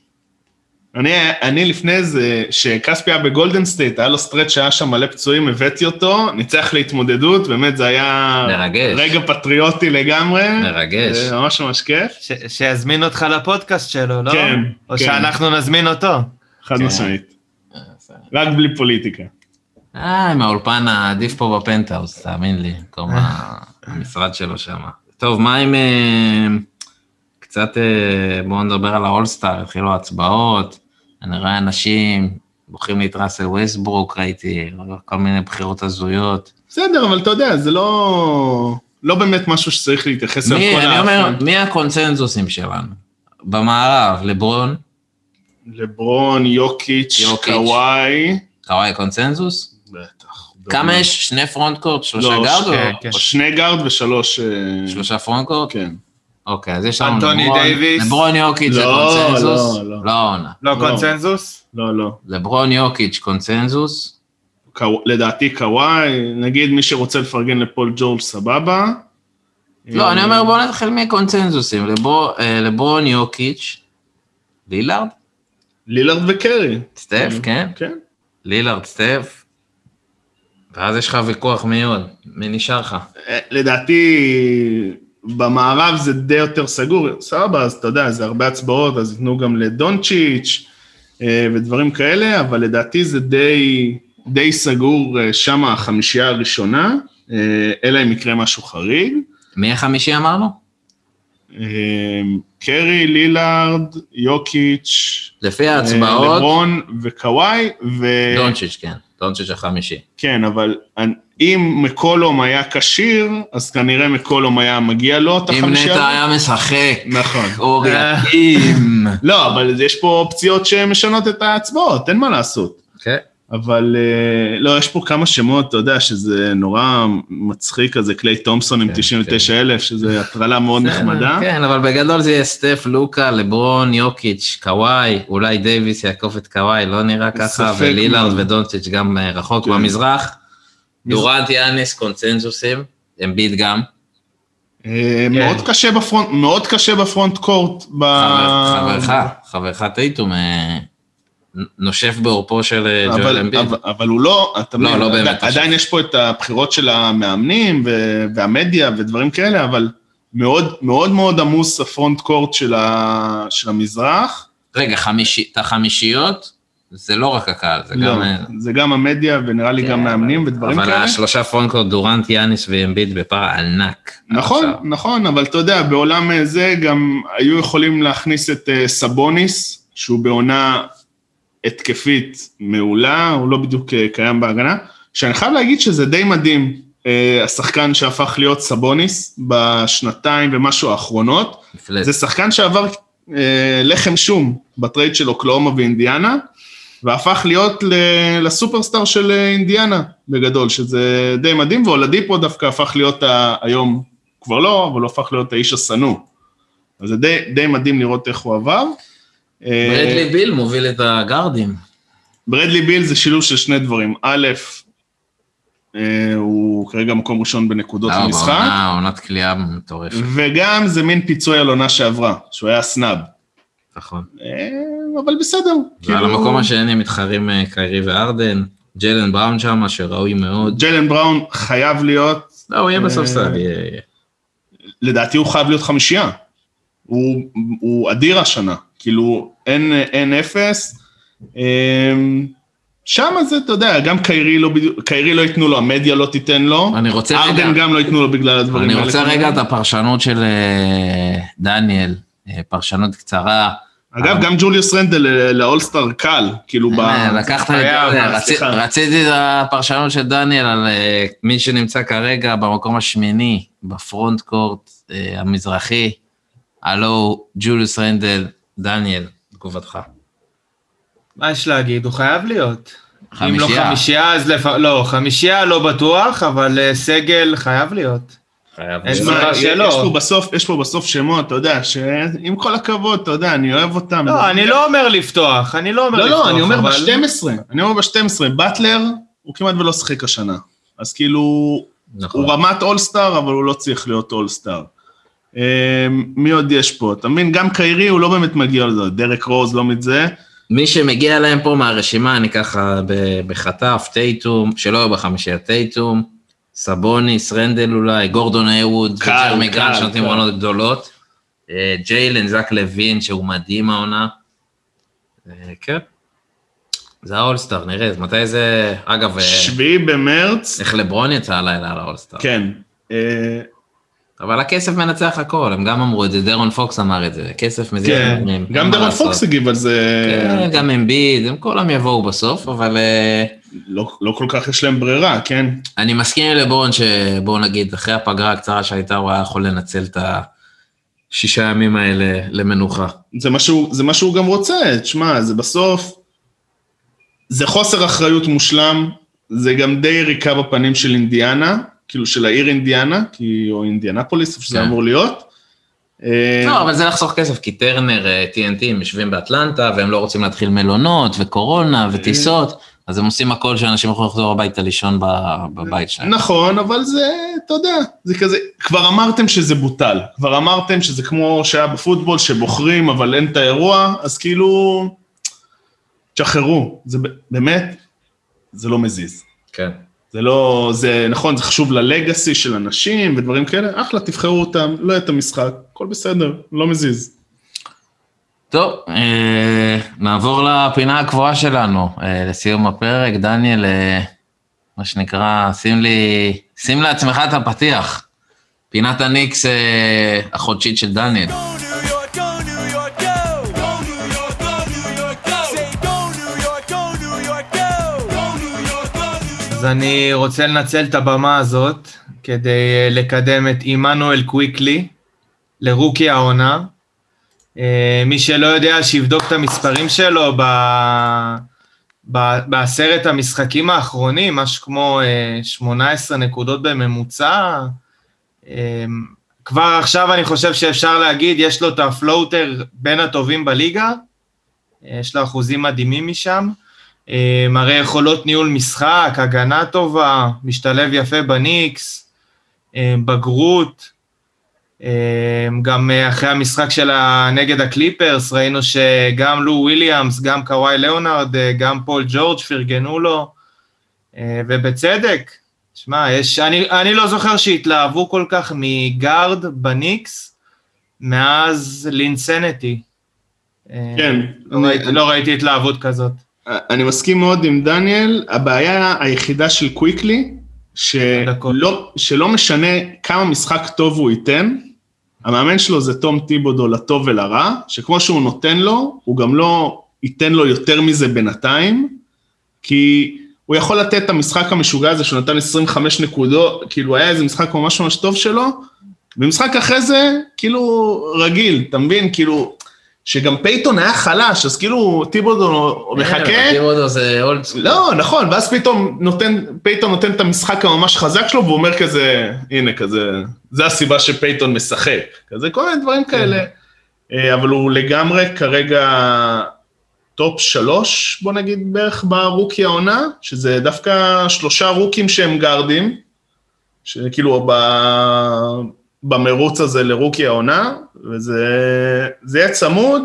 אני לפני זה, שקספי היה בגולדן סטייט, היה לו סטרט שהיה שם מלא פצועים, הבאתי אותו, ניצח להתמודדות, באמת זה היה מרגש. רגע פטריוטי לגמרי. מרגש. זה ממש ממש כיף. שיזמין אותך לפודקאסט שלו, לא? כן. או שאנחנו נזמין אותו. חד משמעית. רק בלי פוליטיקה. עם האולפן העדיף פה בפנטהאוס, תאמין לי, כל המשרד שלו שם. טוב, מה עם קצת בואו נדבר על האולסטאר, התחילו הצבעות, אני רואה אנשים בוחרים לי את ראסל ווסטברוק, ראיתי כל מיני בחירות הזויות. בסדר, אבל אתה יודע, זה לא באמת משהו שצריך להתייחס אליו כל אני אומר, מי הקונצנזוסים שלנו? במערב, לברון, יוקיץ', קוואי. קוואי קונצנזוס? בטח. כמה יש? 2 פרונט קורט? 3 גארד? או 2 גארד ו3... 3 פרונט קורט? כן. אוקיי, אז יש לנו אנטוני דייביס. לברון יוקיץ' זה קונצנזוס? לא. לא קונצנזוס? לא. לברון יוקיץ' קונצנזוס? לדעתי קוואי, נגיד מי שרוצה לפרגן לפול ג'ורג' סבבה. לא, אני אומר בואו נתחיל מקונצנזוסים, לברון יוקיץ', לילארד? לילארד וקרי. סטף, כן? כן. לילארד, סטף. ואז יש לך ויכוח מי עוד, מי נשאר לך? לדעתי, במערב זה די יותר סגור, סבבה, אז אתה יודע, זה הרבה הצבעות, אז יתנו גם לדונצ'יץ' ודברים כאלה, אבל לדעתי זה די סגור שם החמישייה הראשונה, אלא אם יקרה משהו חריג. מי החמישי אמרנו? קרי, לילארד, יוקיץ', לפי ההצבעות. לברון וקוואי. דונצ'יץ', כן, דונצ'יץ' החמישי. כן, אבל אם מקולום היה קשיר, אז כנראה מקולום היה מגיע לו את החמישייה. אם נטע היה משחק. נכון. אורי יקים. לא, אבל יש פה אופציות שמשנות את ההצבעות, אין מה לעשות. כן. אבל לא, יש פה כמה שמות, אתה יודע, שזה נורא מצחיק, כזה קליי תומפסון עם 99,000, שזה הטרלה מאוד נחמדה. כן, אבל בגדול זה יהיה סטף, לוקה, לברון, יוקיץ', קוואי, אולי דייביס יעקוף את קוואי, לא נראה ככה, ולילארד ודונצ'יץ' גם רחוק במזרח. דורנט, יאניס, קונצנזוסים, אמביד גם. מאוד קשה בפרונט קורט. חברך טייטום, נושף באורפו של ג'ואל אמביד. אבל הוא לא, לא באמת. עדיין יש פה את הבחירות של המאמנים והמדיה ודברים כאלה, אבל מאוד מאוד מאוד עמוס הפרונט קורט של המזרח. רגע, את החמישיות, זה לא רק הקהל, זה גם המדיה ונראה לי גם מאמנים ודברים כאלה. אבל השלושה פרונט קורט, דורנט, יאניס ואמביד בפער ענק. נכון, אבל אתה יודע, בעולם זה גם היו יכולים להכניס את סבוניס, שהוא בעונה התקפית מעולה, הוא לא בדיוק קיים בהגנה, שאני חייב להגיד שזה די מדהים, השחקן שהפך להיות סבוניס בשנתיים ומשהו האחרונות, זה שחקן שעבר לחם שום בטרייד של אוקלאומה ואינדיאנה, והפך להיות לסופרסטאר של אינדיאנה בגדול, שזה די מדהים, ואולדיפו דווקא הפך להיות היום, כבר לא, אבל הוא הפך להיות האיש השנוא, אז זה די מדהים לראות איך הוא עבר, ברדלי ביל מוביל את הגארדים. ברדלי ביל זה שילוב של שני דברים. א', הוא כרגע מקום ראשון בנקודות למשחק. עונת קליעה מטורפת. וגם זה מין פיצוי על עונה שעברה, שהוא היה סנאב. נכון. אבל בסדר. ועל המקום השני מתחרים קיירי וארדן, ג'לן בראון שם, שראוי מאוד. ג'לן בראון חייב להיות... לא, הוא יהיה בספסל. לדעתי הוא חייב להיות חמישייה. הוא אדיר השנה. כאילו, אין אפס, שם זה, אתה יודע, גם קיירי לא ייתנו לו, המדיה לא תיתן לו, ארדן גם לא ייתנו לו בגלל הדברים האלה. אני רוצה רגע את הפרשנות של דניאל, פרשנות קצרה. אגב, גם ג'וליוס רנדל לאולסטאר קל, כאילו לקחת רציתי את הפרשנות של דניאל על מי שנמצא כרגע במקום השמיני, בפרונט קורט המזרחי, הלו ג'וליוס רנדל, דניאל, תגובתך. מה יש להגיד? הוא חייב להיות. חמישייה. אם לא חמישייה, אז לא, חמישייה לא בטוח, אבל סגל חייב להיות. אין סיבה שלא. יש פה בסוף שמות, אתה יודע, שעם כל הכבוד, אתה יודע, אני אוהב אותם. לא, אני לא אומר לפתוח, לא, אני אומר ב-12, באטלר, הוא כמעט ולא שחק השנה. אז כאילו, הוא רמת אולסטאר, אבל הוא לא צריך להיות אולסטאר. מי עוד יש פה? אתה מבין, גם קיירי הוא לא באמת מגיע לזה, דרק רוז לא מזה. מי שמגיע להם פה מהרשימה, אני ככה בחטף, טייטום, שלא יהיו בחמישייה, טייטום, סבוניס, רנדל אולי, גורדון איי-ווד, ג'רמי גרנט שנותנים עונות גדולות, ג'יילן, זק לוין, שהוא מדהים העונה. כן. זה האולסטאר, נראה, מתי זה, אגב... 7 במרץ. איך לברון יצא הלילה על האולסטאר. כן. אבל הכסף מנצח הכל, הם גם אמרו את זה, דרון פוקס אמר את זה, כסף מזיע כן, דברים. גם דרון פוקס הגיב על זה. כן, גם אמביד, הם כולם יבואו בסוף, אבל... לא כל כך יש להם ברירה, כן? אני מסכים עם לברון שבואו נגיד, אחרי הפגרה הקצרה שהייתה, הוא היה יכול לנצל את 6 ימים האלה למנוחה. זה מה שהוא גם רוצה, תשמע, זה בסוף, זה חוסר אחריות מושלם, זה גם די יריקה בפנים של אינדיאנה, כאילו של העיר אינדיאנה, או אינדיאנפוליס, איפה שזה אמור להיות. לא, אבל זה לחסוך כסף, כי טרנר, TNT, הם יושבים באטלנטה, והם לא רוצים להתחיל מלונות וקורונה וטיסות, אז הם עושים הכל שאנשים יכולים לחזור הביתה לישון בבית שלהם. נכון, אבל זה, אתה יודע, זה כזה, כבר אמרתם שזה בוטל, כבר אמרתם שזה כמו שהיה בפוטבול, שבוחרים, אבל אין את האירוע, אז כאילו, תשחררו, זה באמת, זה לא מזיז. כן. זה לא, זה נכון, זה חשוב ללגאסי של אנשים ודברים כאלה, אחלה, תבחרו אותם, לא יהיה את המשחק, הכל בסדר, לא מזיז. טוב, נעבור לפינה הקבועה שלנו, לסיום הפרק. דניאל, מה שנקרא, שים לעצמך את הפתיח, פינת הניקס החודשית של דניאל. Go New York, go New York, go! Go New York, go New York, go! Say go New York, go New York, go! Go New York, go New York. אז אני רוצה לנצל את הבמה הזאת, כדי לקדם את עמנואל קוויקלי, לרוקי העונה. מי שלא יודע, שיבדוק את המספרים שלו בעשרת המשחקים האחרונים, משהו כמו 18 נקודות בממוצע. כבר עכשיו אני חושב שאפשר להגיד, יש לו את הפלוטר בין הטובים בליגה, יש לו אחוזים מדהימים משם, מראה יכולות ניהול משחק, הגנה טובה, משתלב יפה בניקס, בגרות, גם אחרי המשחק שלה נגד הקליפרס, ראינו שגם לו וויליאמס, גם קוואי ליאונרד, גם פול ג'ורג' פרגנו לו, ובצדק, תשמע, אני לא זוכר שהתלהבו כל כך מגארד בניקס, מאז לינסנטי. כן. לא ראיתי התלהבות כזאת. אני מסכים מאוד עם דניאל, הבעיה היחידה של קוויקלי, שלא משנה כמה משחק טוב הוא ייתן, המאמן שלו זה תום טיבודו לטוב ולרע, שכמו שהוא נותן לו, הוא גם לא ייתן לו יותר מזה בינתיים, כי הוא יכול לתת את המשחק המשוגע הזה, שהוא נתן 25 נקודות, כאילו היה איזה משחק ממש ממש טוב שלו, במשחק אחרי זה, כאילו רגיל, אתה מבין? כאילו, שגם פייטון היה חלש, אז כאילו טיבודו מחכה. טיבודו זה אולד סקול. לא, נכון, ואז פייטון נותן את המשחק הממש חזק שלו, והוא אומר כזה, הנה כזה, זה הסיבה שפייטון משחק. כזה כל מיני דברים כאלה, אבל הוא לגמרי כרגע טופ 3, בוא נגיד בערך ברוקי העונה, שזה דווקא 3 רוקים שהם גארדים, שכאילו במרוץ הזה לרוקי העונה, וזה יהיה צמוד,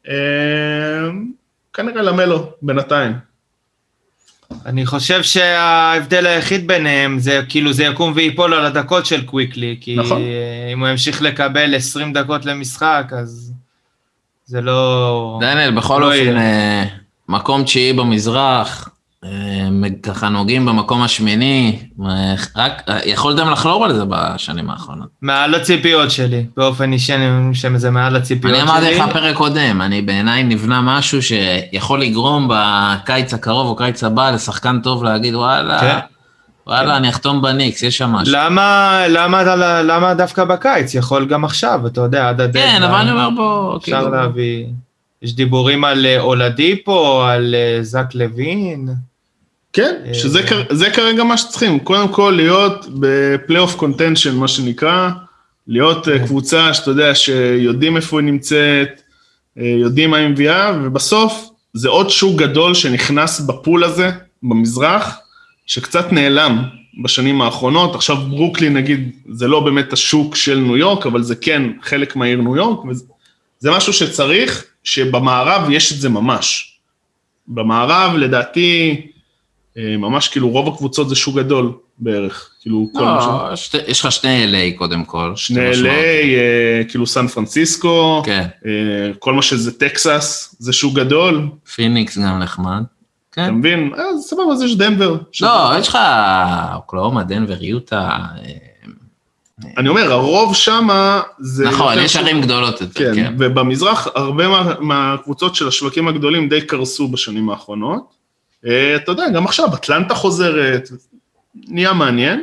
כנראה למלו בינתיים. אני חושב שההבדל היחיד ביניהם, זה כאילו זה יקום ויפול על הדקות של קוויקלי, כי נכון. אם הוא ימשיך לקבל 20 דקות למשחק, אז זה לא... דניאל, בכל אופן, מקום 9 במזרח, ככה נוגעים במקום השמיני, רק יכולתם לחלום על זה בשנים האחרונות. מעל הציפיות שלי, באופן אישי שזה מעל הציפיות שלי. אני אמרתי לך פרק קודם, אני בעיניי נבנה משהו שיכול לגרום בקיץ הקרוב או קיץ הבא לשחקן טוב להגיד וואלה, אני אחתום בניקס, יש שם משהו. למה דווקא בקיץ? יכול גם עכשיו, אתה יודע, עד הדד. כן, אבל אני אומר בו, אפשר להביא, יש דיבורים על אולדיפו, על זק לוין. כן, שזה כרגע מה שצריכים, קודם כל להיות בפלייאוף קונטנשן, מה שנקרא, להיות קבוצה שאתה יודע שיודעים איפה היא נמצאת, יודעים מה היא מביאה, ובסוף זה עוד שוק גדול שנכנס בפול הזה, במזרח, שקצת נעלם בשנים האחרונות, עכשיו ברוקלין נגיד, זה לא באמת השוק של ניו יורק, אבל זה כן חלק מהעיר ניו יורק, וזה משהו שצריך, שבמערב יש את זה ממש. במערב לדעתי, ממש כאילו רוב הקבוצות זה שוק גדול בערך, כאילו כל לא, יש לך 2 LA קודם כל. 2 LA, כאילו סן פרנסיסקו, כל מה שזה טקסס, זה שוק גדול. פיניקס גם נחמד. אתה מבין? אז סבבה, אז יש דנבר. לא, יש לך אוקלאומה, דנבר, יוטה, אני אומר, הרוב שמה זה... נכון, יותר יש ערים גדולות יותר, כן, כן. ובמזרח הרבה מהקבוצות של השווקים הגדולים די קרסו בשנים האחרונות. אתה יודע, גם עכשיו, אטלנטה חוזרת, נהיה מעניין.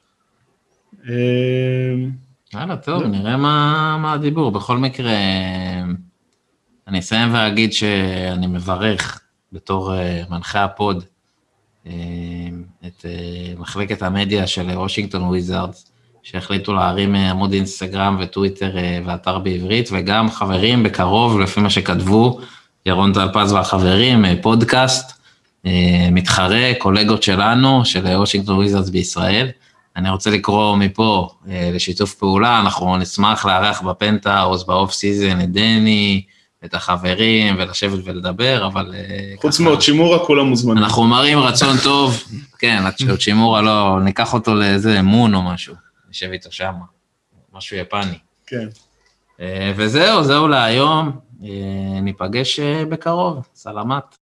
יאללה, טוב, נראה מה הדיבור. בכל מקרה, אני אסיים ואגיד שאני מברך בתור מנחה הפוד את מחלקת המדיה של וושינגטון וויזארדס, שהחליטו להרים עמוד אינסטגרם וטוויטר ואתר בעברית, וגם חברים בקרוב, לפי מה שכתבו, ירון טלפז והחברים, פודקאסט, מתחרה, קולגות שלנו, של וושינגטון וויזארדס בישראל. אני רוצה לקרוא מפה לשיתוף פעולה, אנחנו נשמח לארח בפנטהאוס, באוף סיזן, את דני, את החברים, ולשבת ולדבר, אבל... חוץ מאוד שימורה, כולם מוזמנים. אנחנו מראים רצון טוב, כן, עוד שימורה לא, ניקח אותו לאיזה אמון או משהו, נשב איתו שם, משהו יפני. כן. וזהו, זהו להיום, ניפגש בקרוב, סלמת.